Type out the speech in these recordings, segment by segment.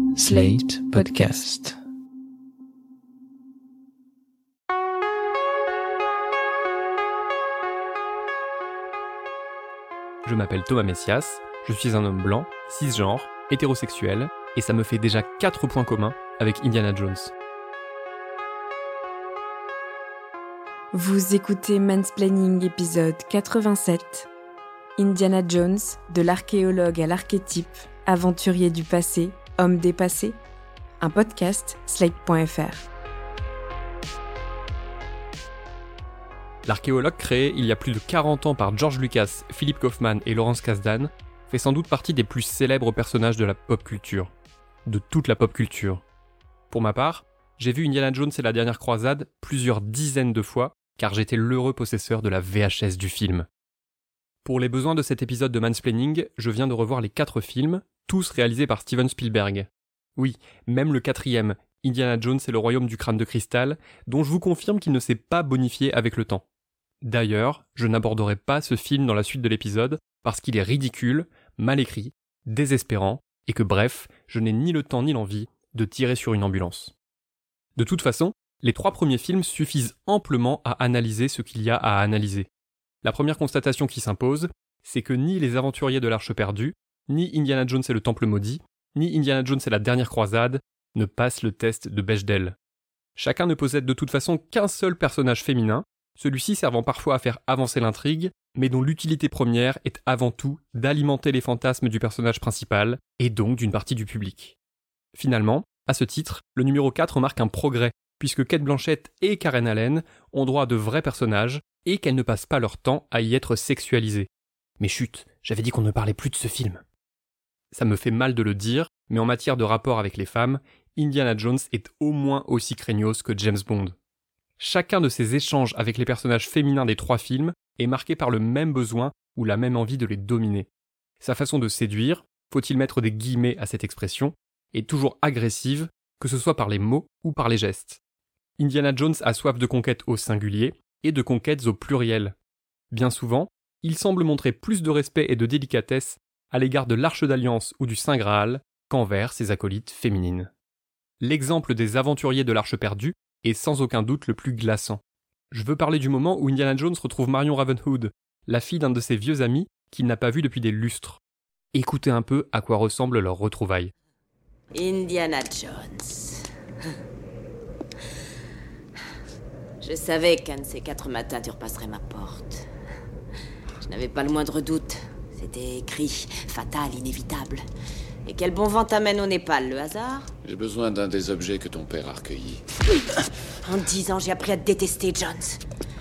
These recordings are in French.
Slate Podcast. Je m'appelle Thomas Messias, je suis un homme blanc, cisgenre, hétérosexuel, et ça me fait déjà 4 points communs avec Indiana Jones. Vous écoutez Mansplaining épisode 87. Indiana Jones, de l'archéologue à l'archétype, aventurier du passé, homme dépassé. Un podcast Slate.fr. L'archéologue créé il y a plus de 40 ans par George Lucas, Philip Kaufman et Lawrence Kasdan fait sans doute partie des plus célèbres personnages de la pop culture. De toute la pop culture. Pour ma part, j'ai vu Indiana Jones et la dernière croisade plusieurs dizaines de fois car j'étais l'heureux possesseur de la VHS du film. Pour les besoins de cet épisode de Mansplaining, je viens de revoir les 4 films, tous réalisés par Steven Spielberg. Oui, même le 4e, Indiana Jones et le royaume du crâne de cristal, dont je vous confirme qu'il ne s'est pas bonifié avec le temps. D'ailleurs, je n'aborderai pas ce film dans la suite de l'épisode parce qu'il est ridicule, mal écrit, désespérant, et que bref, je n'ai ni le temps ni l'envie de tirer sur une ambulance. De toute façon, les 3 premiers films suffisent amplement à analyser ce qu'il y a à analyser. La première constatation qui s'impose, c'est que ni les aventuriers de l'Arche perdue, ni Indiana Jones et le Temple maudit, ni Indiana Jones et la dernière croisade ne passent le test de Bechdel. Chacun ne possède de toute façon qu'un seul personnage féminin, celui-ci servant parfois à faire avancer l'intrigue, mais dont l'utilité première est avant tout d'alimenter les fantasmes du personnage principal, et donc d'une partie du public. Finalement, à ce titre, le numéro 4 marque un progrès, puisque Cate Blanchett et Karen Allen ont droit à de vrais personnages, et qu'elles ne passent pas leur temps à y être sexualisées. Mais chut, j'avais dit qu'on ne parlait plus de ce film. Ça me fait mal de le dire, mais en matière de rapport avec les femmes, Indiana Jones est au moins aussi craignos que James Bond. Chacun de ces échanges avec les personnages féminins des 3 films est marqué par le même besoin ou la même envie de les dominer. Sa façon de séduire, faut-il mettre des guillemets à cette expression, est toujours agressive, que ce soit par les mots ou par les gestes. Indiana Jones a soif de conquêtes au singulier et de conquêtes au pluriel. Bien souvent, il semble montrer plus de respect et de délicatesse à l'égard de l'Arche d'Alliance ou du Saint Graal qu'envers ses acolytes féminines. L'exemple des aventuriers de l'Arche perdue est sans aucun doute le plus glaçant. Je veux parler du moment où Indiana Jones retrouve Marion Ravenwood, la fille d'un de ses vieux amis qu'il n'a pas vu depuis des lustres. Écoutez un peu à quoi ressemble leur retrouvaille. Indiana Jones. Je savais qu'un de ces 4 matins, tu repasserais ma porte. Je n'avais pas le moindre doute. C'était écrit, fatal, inévitable. Et quel bon vent t'amène au Népal, le hasard ? J'ai besoin d'un des objets que ton père a recueillis. En 10 ans, j'ai appris à te détester, Jones.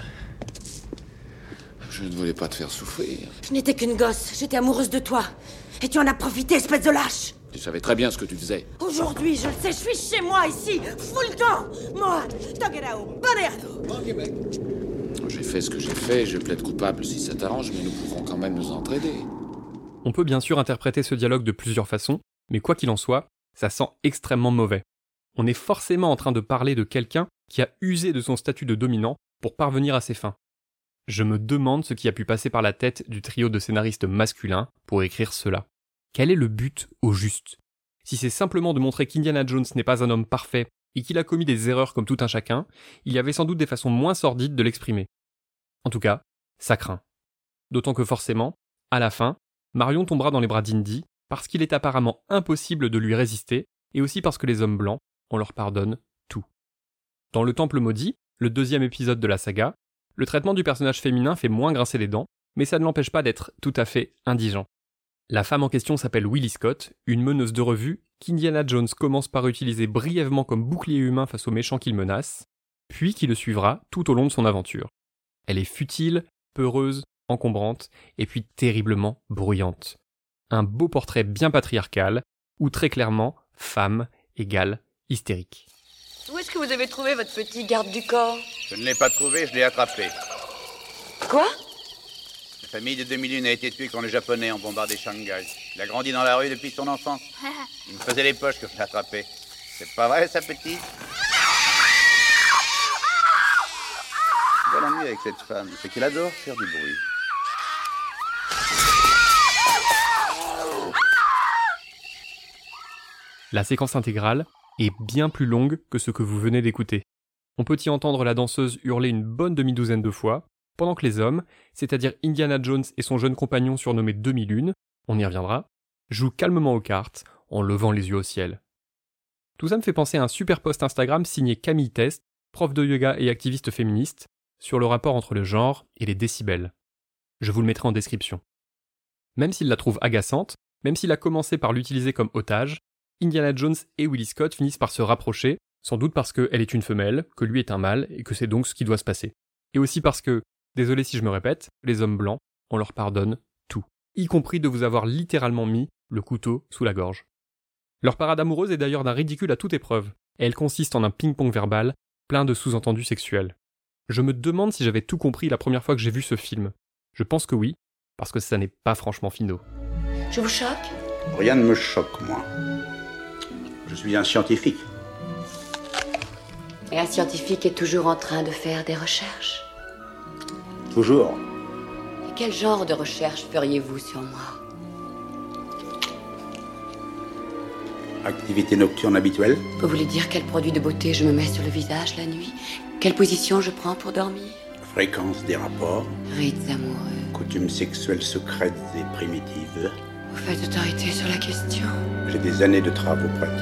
Je ne voulais pas te faire souffrir. Je n'étais qu'une gosse, j'étais amoureuse de toi. Et tu en as profité, espèce de lâche. Tu savais très bien ce que tu faisais. Aujourd'hui, je le sais, je suis chez moi, ici, full temps. Moi, Togerao, Baneado. J'ai fait ce que j'ai fait, je plaide coupable si ça t'arrange, mais nous pouvons quand même nous entraider. On peut bien sûr interpréter ce dialogue de plusieurs façons, mais quoi qu'il en soit, ça sent extrêmement mauvais. On est forcément en train de parler de quelqu'un qui a usé de son statut de dominant pour parvenir à ses fins. Je me demande ce qui a pu passer par la tête du trio de scénaristes masculins pour écrire cela. Quel est le but au juste ? Si c'est simplement de montrer qu'Indiana Jones n'est pas un homme parfait et qu'il a commis des erreurs comme tout un chacun, il y avait sans doute des façons moins sordides de l'exprimer. En tout cas, ça craint. D'autant que forcément, à la fin, Marion tombera dans les bras d'Indy parce qu'il est apparemment impossible de lui résister et aussi parce que les hommes blancs, on leur pardonne tout. Dans Le Temple maudit, le 2e épisode de la saga, le traitement du personnage féminin fait moins grincer les dents, mais ça ne l'empêche pas d'être tout à fait indigent. La femme en question s'appelle Willie Scott, une meneuse de revue qu'Indiana Jones commence par utiliser brièvement comme bouclier humain face aux méchants qu'il menace, puis qui le suivra tout au long de son aventure. Elle est futile, peureuse, encombrante, et puis terriblement bruyante. Un beau portrait bien patriarcal, où très clairement, femme égale hystérique. Où est-ce que vous avez trouvé votre petit garde du corps ? Je ne l'ai pas trouvé, je l'ai attrapé. Quoi ? La famille de 2001 a été tuée quand les Japonais ont bombardé Shanghai. Il a grandi dans la rue depuis son enfance. Il me faisait les poches que je l'ai attrapé. C'est pas vrai, ça, petit ? Voilà l'ennui avec cette femme, c'est qu'elle adore faire du bruit. La séquence intégrale est bien plus longue que ce que vous venez d'écouter. On peut y entendre la danseuse hurler une bonne demi-douzaine de fois, pendant que les hommes, c'est-à-dire Indiana Jones et son jeune compagnon surnommé 2001, on y reviendra, jouent calmement aux cartes en levant les yeux au ciel. Tout ça me fait penser à un super post Instagram signé Camille Test, prof de yoga et activiste féministe, sur le rapport entre le genre et les décibels. Je vous le mettrai en description. Même s'il la trouve agaçante, même s'il a commencé par l'utiliser comme otage, Indiana Jones et Willie Scott finissent par se rapprocher, sans doute parce qu'elle est une femelle, que lui est un mâle, et que c'est donc ce qui doit se passer. Et aussi parce que, désolé si je me répète, les hommes blancs, on leur pardonne tout, y compris de vous avoir littéralement mis le couteau sous la gorge. Leur parade amoureuse est d'ailleurs d'un ridicule à toute épreuve, et elle consiste en un ping-pong verbal, plein de sous-entendus sexuels. Je me demande si j'avais tout compris la première fois que j'ai vu ce film. Je pense que oui, parce que ça n'est pas franchement finaux. Je vous choque? Rien ne me choque, moi. Je suis un scientifique. Et un scientifique est toujours en train de faire des recherches. Toujours. Et quel genre de recherche feriez-vous sur moi? Activité nocturne habituelle. Vous voulez dire quel produit de beauté je me mets sur le visage la nuit? Quelle position je prends pour dormir? Fréquence des rapports. Rites amoureux. Coutumes sexuelles secrètes et primitives. Vous faites autorité sur la question. J'ai des années de travaux pratiques.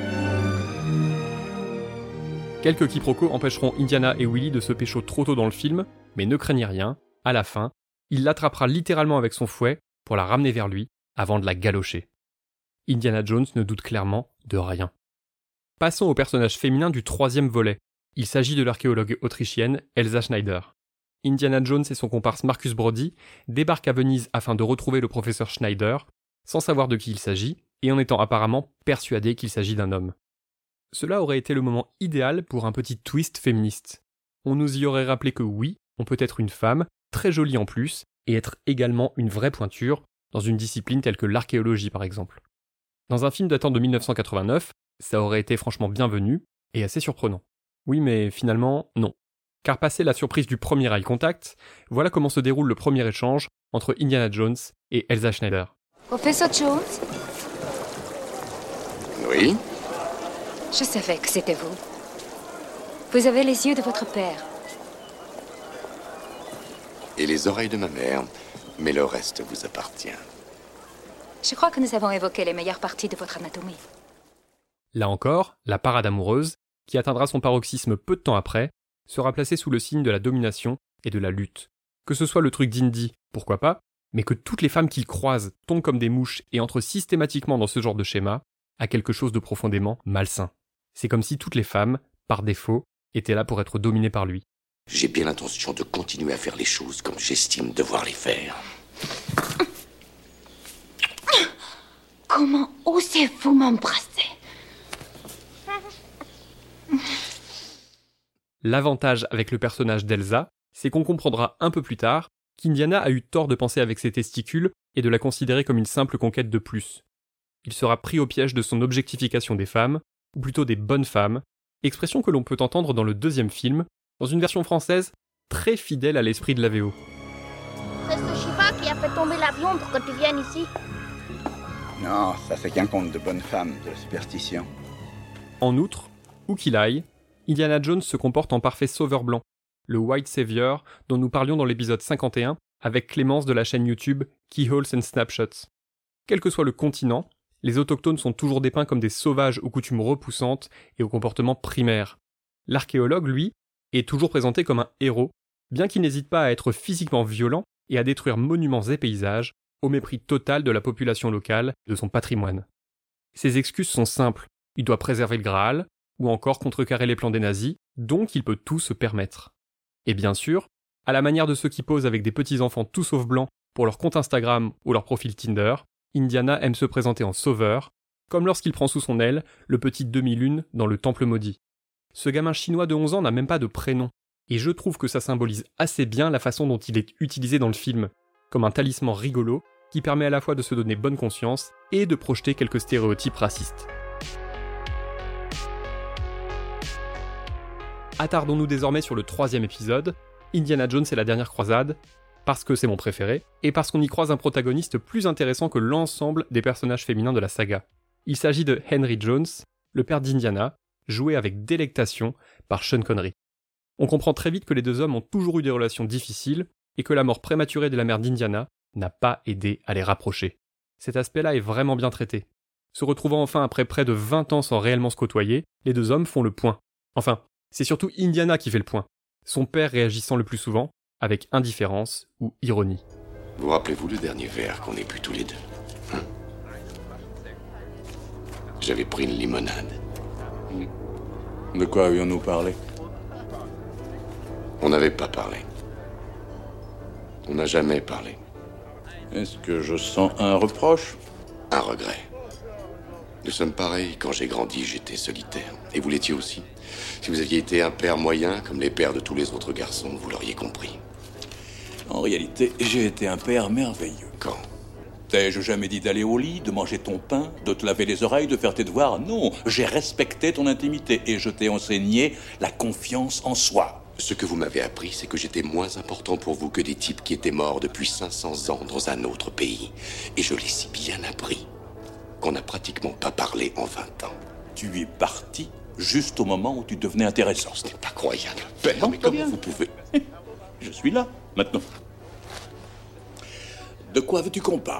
Quelques quiproquos empêcheront Indiana et Willie de se pécho trop tôt dans le film, mais ne craignez rien, à la fin, il l'attrapera littéralement avec son fouet pour la ramener vers lui avant de la galocher. Indiana Jones ne doute clairement de rien. Passons au personnage féminin du troisième volet. Il s'agit de l'archéologue autrichienne Elsa Schneider. Indiana Jones et son comparse Marcus Brody débarquent à Venise afin de retrouver le professeur Schneider, sans savoir de qui il s'agit, et en étant apparemment persuadés qu'il s'agit d'un homme. Cela aurait été le moment idéal pour un petit twist féministe. On nous y aurait rappelé que oui, on peut être une femme, très jolie en plus, et être également une vraie pointure, dans une discipline telle que l'archéologie par exemple. Dans un film datant de 1989, ça aurait été franchement bienvenu, et assez surprenant. Oui, mais finalement, non. Car passé la surprise du premier eye contact, voilà comment se déroule le premier échange entre Indiana Jones et Elsa Schneider. Professeur Jones? Oui? Je savais que c'était vous. Vous avez les yeux de votre père. Et les oreilles de ma mère, mais le reste vous appartient. Je crois que nous avons évoqué les meilleures parties de votre anatomie. Là encore, la parade amoureuse, qui atteindra son paroxysme peu de temps après, sera placée sous le signe de la domination et de la lutte. Que ce soit le truc d'Indy, pourquoi pas, mais que toutes les femmes qu'il croise tombent comme des mouches et entrent systématiquement dans ce genre de schéma, a quelque chose de profondément malsain. C'est comme si toutes les femmes, par défaut, étaient là pour être dominées par lui. J'ai bien l'intention de continuer à faire les choses comme j'estime devoir les faire. Comment osez-vous m'embrasser? L'avantage avec le personnage d'Elsa, c'est qu'on comprendra un peu plus tard qu'Indiana a eu tort de penser avec ses testicules et de la considérer comme une simple conquête de plus. Il sera pris au piège de son objectification des femmes, ou plutôt des bonnes femmes, expression que l'on peut entendre dans le deuxième film, dans une version française très fidèle à l'esprit de la VO. C'est ce Shiva qui a fait tomber l'avion pour que tu viennes ici. Non, ça c'est qu'un conte de bonne femme, de superstition. En outre, où qu'il aille, Indiana Jones se comporte en parfait sauveur blanc, le White Savior dont nous parlions dans l'épisode 51 avec Clémence de la chaîne YouTube Keyholes and Snapshots. Quel que soit le continent, les autochtones sont toujours dépeints comme des sauvages aux coutumes repoussantes et aux comportements primaires. L'archéologue, lui, est toujours présenté comme un héros, bien qu'il n'hésite pas à être physiquement violent et à détruire monuments et paysages, au mépris total de la population locale et de son patrimoine. Ses excuses sont simples, il doit préserver le Graal, ou encore contrecarrer les plans des nazis, donc il peut tout se permettre. Et bien sûr, à la manière de ceux qui posent avec des petits-enfants tout sauf blancs pour leur compte Instagram ou leur profil Tinder, Indiana aime se présenter en sauveur, comme lorsqu'il prend sous son aile le petit 2001 dans le Temple maudit. Ce gamin chinois de 11 ans n'a même pas de prénom, et je trouve que ça symbolise assez bien la façon dont il est utilisé dans le film, comme un talisman rigolo qui permet à la fois de se donner bonne conscience et de projeter quelques stéréotypes racistes. Attardons-nous désormais sur le troisième épisode, Indiana Jones et la dernière croisade, parce que c'est mon préféré, et parce qu'on y croise un protagoniste plus intéressant que l'ensemble des personnages féminins de la saga. Il s'agit de Henry Jones, le père d'Indiana, joué avec délectation par Sean Connery. On comprend très vite que les deux hommes ont toujours eu des relations difficiles et que la mort prématurée de la mère d'Indiana n'a pas aidé à les rapprocher. Cet aspect-là est vraiment bien traité. Se retrouvant enfin après près de 20 ans sans réellement se côtoyer, les deux hommes font le point. Enfin, c'est surtout Indiana qui fait le point, son père réagissant le plus souvent avec indifférence ou ironie. Vous rappelez-vous le dernier verre qu'on ait bu tous les deux ? J'avais pris une limonade. De quoi avions-nous parlé ? On n'avait pas parlé. On n'a jamais parlé. Est-ce que je sens un reproche ? Un regret. Nous sommes pareils. Quand j'ai grandi, j'étais solitaire. Et vous l'étiez aussi. Si vous aviez été un père moyen, comme les pères de tous les autres garçons, vous l'auriez compris. En réalité, j'ai été un père merveilleux. Quand ? T'ai-je jamais dit d'aller au lit, de manger ton pain, de te laver les oreilles, de faire tes devoirs ? Non, j'ai respecté ton intimité et je t'ai enseigné la confiance en soi. Ce que vous m'avez appris, c'est que j'étais moins important pour vous que des types qui étaient morts depuis 500 ans dans un autre pays. Et je l'ai si bien appris qu'on n'a pratiquement pas parlé en 20 ans. Tu es parti juste au moment où tu devenais intéressant. Ce n'est pas croyable, père, Non, mais pas comment bien. vous pouvez... Je suis là, maintenant. De quoi veux-tu qu'on parle ?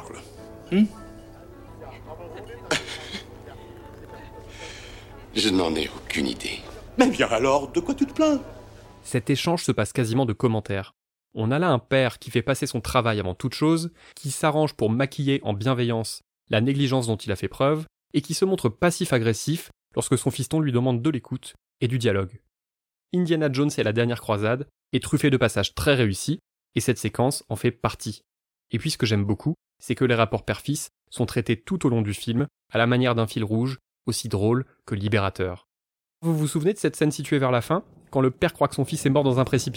Je n'en ai aucune idée. Mais bien alors, de quoi tu te plains ? Cet échange se passe quasiment de commentaires. On a là un père qui fait passer son travail avant toute chose, qui s'arrange pour maquiller en bienveillance la négligence dont il a fait preuve, et qui se montre passif-agressif lorsque son fiston lui demande de l'écoute et du dialogue. Indiana Jones et la dernière croisade est truffée de passages très réussis, et cette séquence en fait partie. Et puis ce que j'aime beaucoup, c'est que les rapports père-fils sont traités tout au long du film, à la manière d'un fil rouge, aussi drôle que libérateur. Vous vous souvenez de cette scène située vers la fin, quand le père croit que son fils est mort dans un précipice ?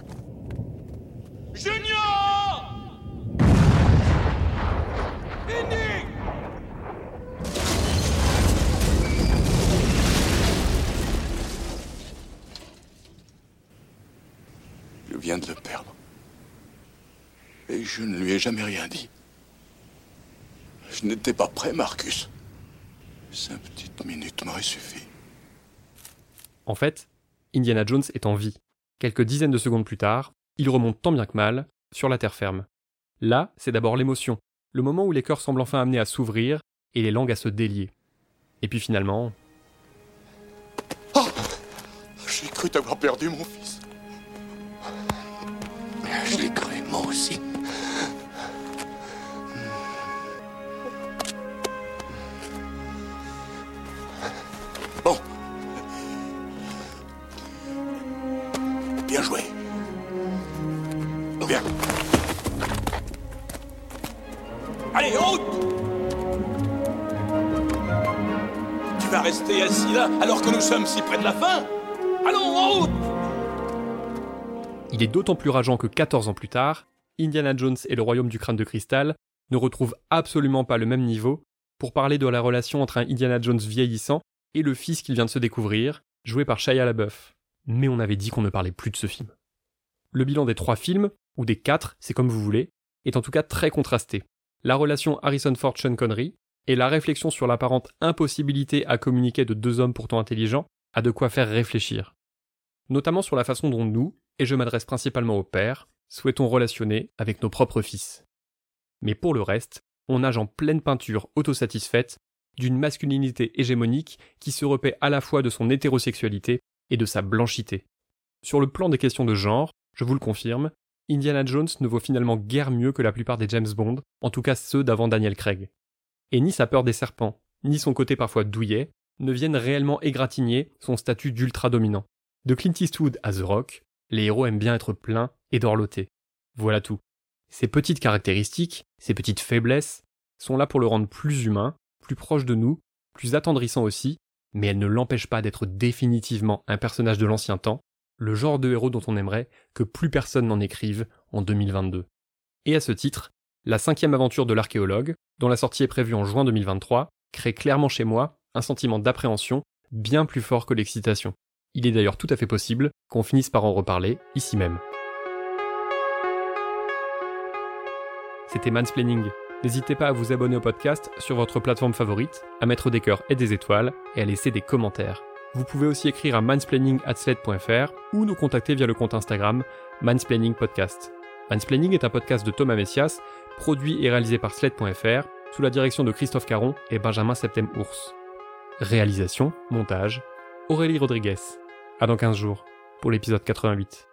Junior ! Indy ! Je viens de le perdre. Et je ne lui ai jamais rien dit. Je n'étais pas prêt, Marcus. 5 petites minutes m'auraient suffi. En fait, Indiana Jones est en vie. Quelques dizaines de secondes plus tard, il remonte tant bien que mal sur la terre ferme. Là, c'est d'abord l'émotion, le moment où les cœurs semblent enfin amenés à s'ouvrir et les langues à se délier. Et puis finalement... Oh ! J'ai cru t'avoir perdu, mon fils. Je l'ai cru, moi aussi. Bon. Bien joué. Bien. Allez, en route! Tu vas rester assis là alors que nous sommes si près de la fin? Allons, en route! Il est d'autant plus rageant que 14 ans plus tard, Indiana Jones et le Royaume du Crâne de Cristal ne retrouvent absolument pas le même niveau pour parler de la relation entre un Indiana Jones vieillissant et le fils qu'il vient de se découvrir, joué par Shia LaBeouf. Mais on avait dit qu'on ne parlait plus de ce film. Le bilan des 3 films, ou des 4, c'est comme vous voulez, est en tout cas très contrasté. La relation Harrison Ford-Sean Connery et la réflexion sur l'apparente impossibilité à communiquer de 2 hommes pourtant intelligents a de quoi faire réfléchir. Notamment sur la façon dont nous, et je m'adresse principalement aux pères, souhaitons relationner avec nos propres fils. Mais pour le reste, on nage en pleine peinture autosatisfaite d'une masculinité hégémonique qui se repaît à la fois de son hétérosexualité et de sa blanchité. Sur le plan des questions de genre, je vous le confirme, Indiana Jones ne vaut finalement guère mieux que la plupart des James Bond, en tout cas ceux d'avant Daniel Craig. Et ni sa peur des serpents, ni son côté parfois douillet, ne viennent réellement égratigner son statut d'ultra-dominant. De Clint Eastwood à The Rock, les héros aiment bien être pleins et dorlotés. Voilà tout. Ces petites caractéristiques, ces petites faiblesses, sont là pour le rendre plus humain, plus proche de nous, plus attendrissant aussi, mais elles ne l'empêchent pas d'être définitivement un personnage de l'ancien temps, le genre de héros dont on aimerait que plus personne n'en écrive en 2022. Et à ce titre, la 5e aventure de l'archéologue, dont la sortie est prévue en juin 2023, crée clairement chez moi un sentiment d'appréhension bien plus fort que l'excitation. Il est d'ailleurs tout à fait possible qu'on finisse par en reparler ici même. C'était Mansplaining, N'hésitez pas à vous abonner au podcast sur votre plateforme favorite, à mettre des cœurs et des étoiles, et à laisser des commentaires. Vous pouvez aussi écrire à mansplaining@sled.fr ou nous contacter via le compte Instagram Mansplaining Podcast. Mansplaining est un podcast de Thomas Messias, produit et réalisé par sled.fr, sous la direction de Christophe Caron et Benjamin Septem-Ours. Réalisation, montage, Aurélie Rodriguez. À dans 15 jours, pour l'épisode 88.